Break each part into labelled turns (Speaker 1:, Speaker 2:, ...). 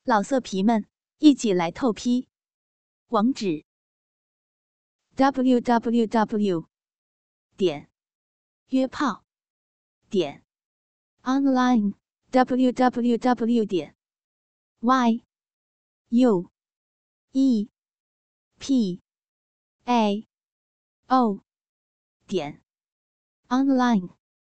Speaker 1: 老色皮们，一起来透批！网址 www.约炮online www.yuepao.online。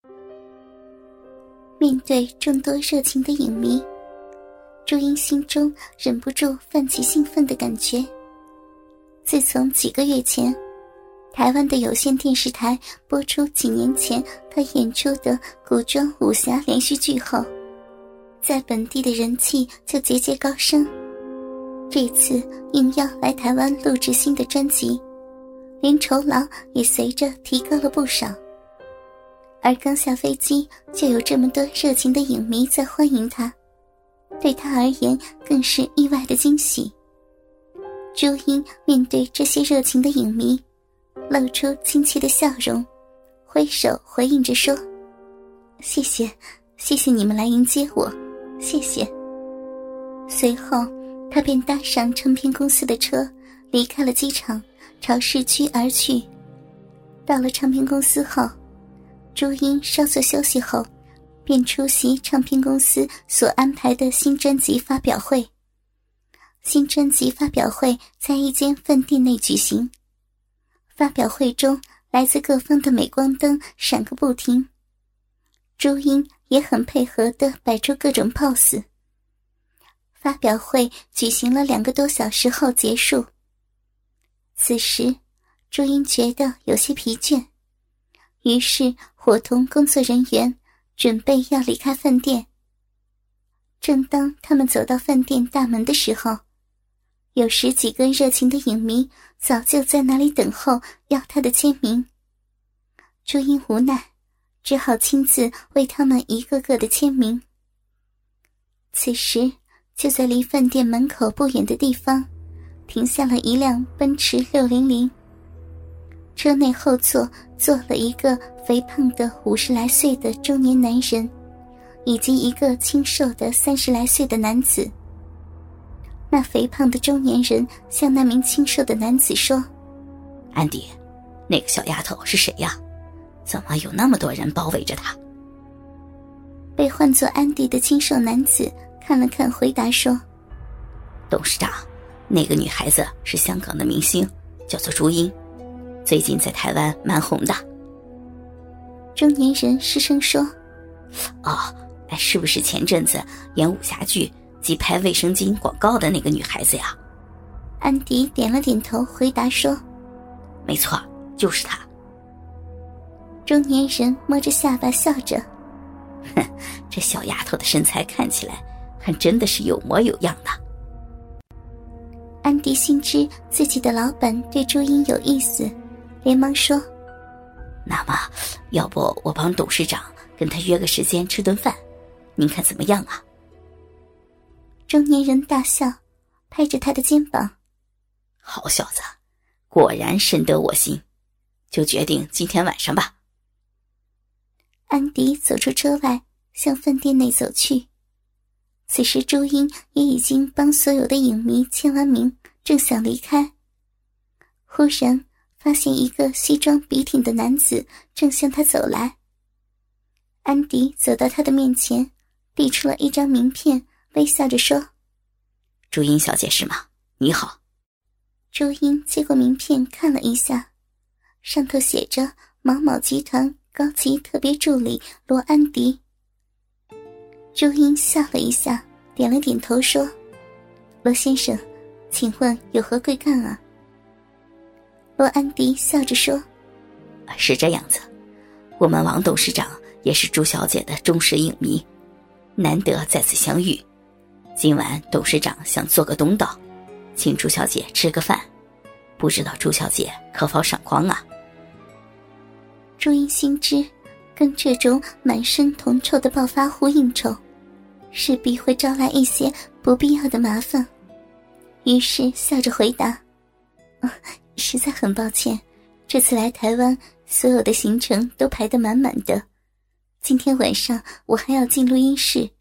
Speaker 2: 面对众多热情的影迷，朱茵心中忍不住泛起兴奋的感觉。自从几个月前台湾的有线电视台播出几年前他演出的古装武侠连续剧后，在本地的人气就节节高升。这次应邀来台湾录制新的专辑，连酬劳也随着提高了不少。而刚下飞机就有这么多热情的影迷在欢迎他，对他而言更是意外的惊喜。朱茵面对这些热情的影迷，露出亲切的笑容，挥手回应着说：谢谢，谢谢你们来迎接我，谢谢。随后他便搭上唱片公司的车，离开了机场，朝市区而去。到了唱片公司后，朱茵稍作休息后，便出席唱片公司所安排的新专辑发表会。新专辑发表会在一间饭店内举行，发表会中来自各方的镁光灯闪个不停，朱茵也很配合地摆出各种 pose。 发表会举行了2个多小时后结束。此时朱茵觉得有些疲倦，于是伙同工作人员准备要离开饭店。正当他们走到饭店大门的时候，有10几个热情的影迷早就在那里等候要他的签名。朱茵无奈，只好亲自为他们一个个的签名。此时就在离饭店门口不远的地方停下了一辆奔驰600，车内后座坐了一个肥胖的50来岁的中年男人，以及一个清瘦的30来岁的男子。那肥胖的中年人向那名清瘦的男子说：
Speaker 3: 安迪，那个小丫头是谁呀？怎么有那么多人包围着她？
Speaker 2: 被唤作安迪的清瘦男子看了看，回答说：
Speaker 3: 董事长，那个女孩子是香港的明星，叫做朱茵，最近在台湾蛮红的。
Speaker 2: 中年人失声说：
Speaker 3: 哦，是不是前阵子演武侠剧及拍卫生巾广告的那个女孩子呀？
Speaker 2: 安迪点了点头，回答说：
Speaker 3: 没错，就是她。
Speaker 2: 中年人摸着下巴笑着：
Speaker 3: 哼，这小丫头的身材看起来还真的是有模有样的。
Speaker 2: 安迪心知自己的老板对朱茵有意思，连忙说：
Speaker 3: 那么要不我帮董事长跟他约个时间吃顿饭，您看怎么样啊？
Speaker 2: 中年人大笑，拍着他的肩膀：
Speaker 3: 好小子，果然深得我心，就决定今天晚上吧。
Speaker 2: 安迪走出车外，向饭店内走去。此时朱茵也已经帮所有的影迷签完名，正想离开，忽然发现一个西装笔挺的男子正向他走来。安迪走到他的面前，递出了一张名片，微笑着说：
Speaker 3: 朱茵小姐是吗？你好。
Speaker 2: 朱茵接过名片看了一下，上头写着毛某集团高级特别助理罗安迪。朱茵笑了一下，点了点头说：罗先生，请问有何贵干啊？罗安迪笑着说：
Speaker 3: 是这样子，我们王董事长也是朱小姐的忠实影迷，难得再次相遇，今晚董事长想做个东道，请朱小姐吃个饭，不知道朱小姐可否赏光啊？
Speaker 2: 朱茵心知跟这种满身铜臭的暴发户应酬，势必会招来一些不必要的麻烦，于是笑着回答：实在很抱歉，这次来台湾所有的行程都排得满满的，今天晚上我还要进录音室，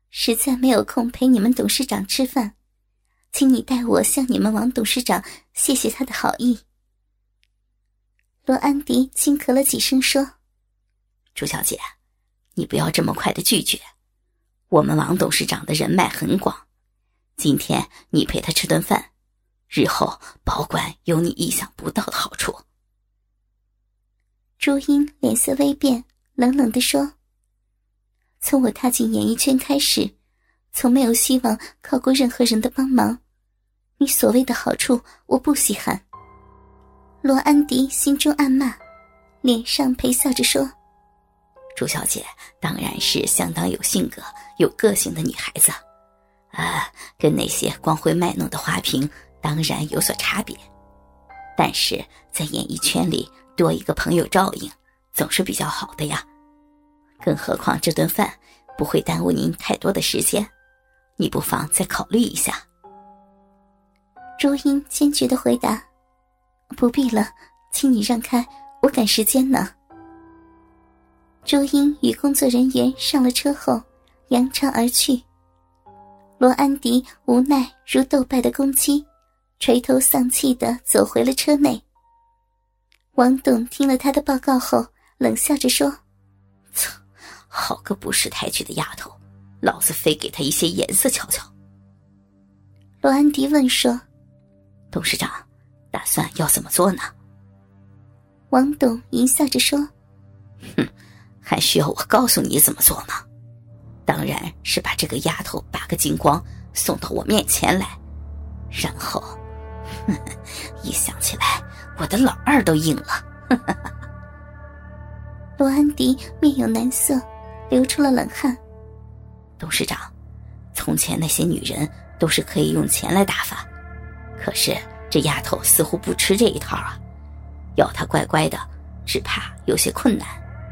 Speaker 2: 实在没有空陪你们董事长吃饭，请你代我向你们王董事长谢谢他的好意。罗安迪轻咳了几声说：
Speaker 3: 朱小姐，你不要这么快的拒绝，我们王董事长的人脉很广，今天你陪他吃顿饭，日后保管有你意想不到的好处。
Speaker 2: 朱茵脸色微变，冷冷地说：从我踏进演艺圈开始，从没有希望靠过任何人的帮忙，你所谓的好处我不稀罕。罗安迪心中暗骂，脸上陪笑着说：
Speaker 3: 朱小姐当然是相当有性格有个性的女孩子，跟那些光辉卖弄的花瓶当然有所差别，但是在演艺圈里多一个朋友照应总是比较好的呀。更何况这顿饭不会耽误您太多的时间，你不妨再考虑一下。
Speaker 2: 朱茵坚决地回答：不必了，请你让开，我赶时间呢。朱茵与工作人员上了车后扬长而去。罗安迪无奈如斗败的公鸡，垂头丧气地走回了车内。王董听了他的报告后冷笑着说：
Speaker 3: 好个不识抬举的丫头，老子非给她一些颜色瞧瞧。
Speaker 2: 罗安迪问说：
Speaker 3: 董事长打算要怎么做呢？
Speaker 2: 王董淫笑着说：
Speaker 3: 还需要我告诉你怎么做吗？当然是把这个丫头拔个精光送到我面前来，然后一想起来我的老二都硬了。
Speaker 2: 罗安迪面有难色，流出了冷汗。
Speaker 3: 董事长，从前那些女人都是可以用钱来打发，可是这丫头似乎不吃这一套啊，要她乖乖的只怕有些困难。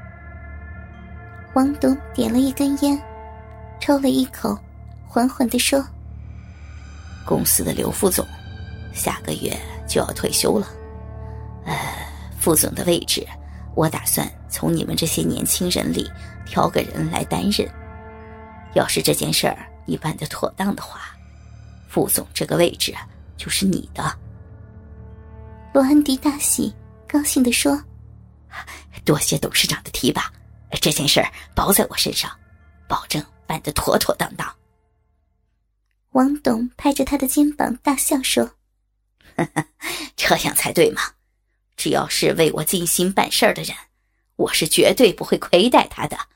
Speaker 2: 王董点了一根烟，抽了一口，缓缓地说：
Speaker 3: 公司的刘副总下个月就要退休了，副总的位置我打算从你们这些年轻人里挑个人来担任。要是这件事儿你办得妥当的话，副总这个位置就是你的。
Speaker 2: 罗安迪大喜，高兴地说：
Speaker 3: 多谢董事长的提拔，这件事儿包在我身上，保证办得妥妥当当。
Speaker 2: 王董拍着他的肩膀大笑说：
Speaker 3: 这样才对嘛，只要是为我尽心办事儿的人，我是绝对不会亏待他的。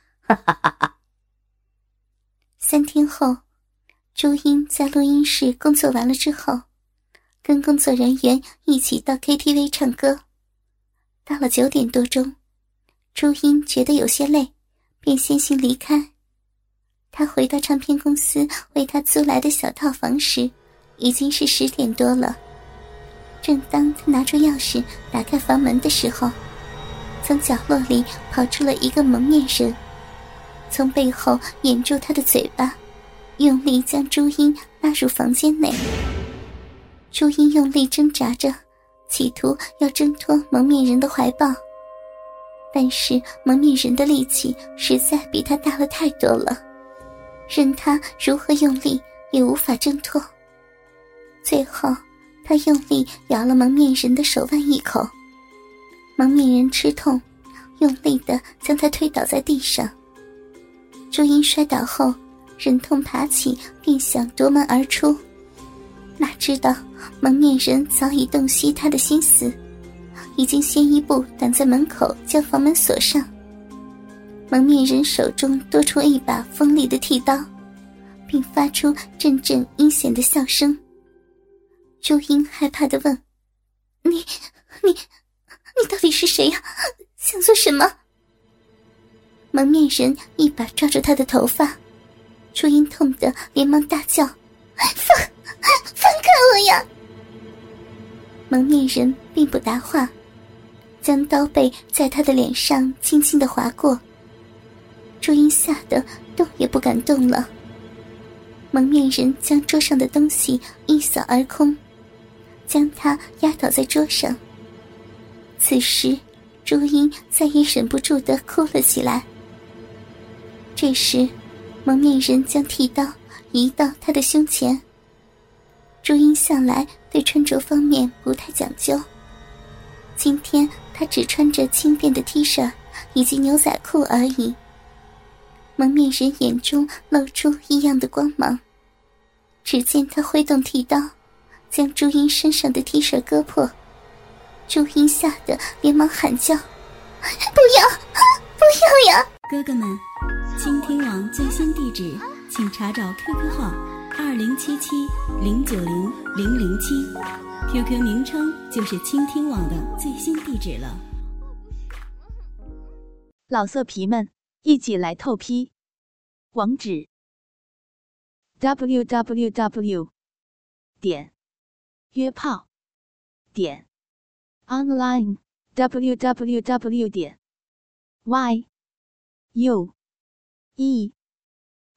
Speaker 2: 3天后，朱茵在录音室工作完了之后，跟工作人员一起到 KTV 唱歌。到了9点多钟，朱茵觉得有些累，便先行离开。她回到唱片公司为她租来的小套房时，已经是10点多了。正当她拿出钥匙打开房门的时候，从角落里跑出了一个蒙面人，从背后掩住她的嘴巴，用力将朱茵拉入房间内。朱茵用力挣扎着，企图要挣脱蒙面人的怀抱，但是蒙面人的力气实在比她大了太多了，任她如何用力也无法挣脱。最后她用力咬了蒙面人的手腕一口，蒙面人吃痛，用力地将她推倒在地上。朱茵摔倒后忍痛爬起，便想夺门而出，哪知道蒙面人早已洞悉他的心思，已经先一步挡在门口，将房门锁上。蒙面人手中多出一把锋利的剃刀，并发出阵阵阴险的笑声。朱茵害怕地问：你到底是谁呀？想做什么？蒙面人一把抓住他的头发，朱茵痛得连忙大叫：放开我呀！蒙面人并不答话，将刀背在他的脸上轻轻地划过。朱茵吓得动也不敢动了。蒙面人将桌上的东西一扫而空，将他压倒在桌上。此时朱茵再也忍不住地哭了起来。这时蒙面人将剃刀移到他的胸前。朱茵向来对穿着方面不太讲究，今天她只穿着轻便的 T 恤以及牛仔裤而已。蒙面人眼中露出异样的光芒，只见他挥动剃刀，将朱茵身上的 T 恤割破。朱茵吓得连忙喊叫：“不要，不要呀！”
Speaker 4: 哥哥们，倾听网最新地址，请查找 QQ 号2077-090-007，QQ 名称就是倾听网的最新地址了。
Speaker 1: 老色皮们，一起来透批！网址 www.约炮online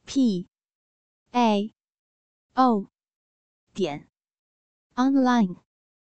Speaker 1: www.yuepao.online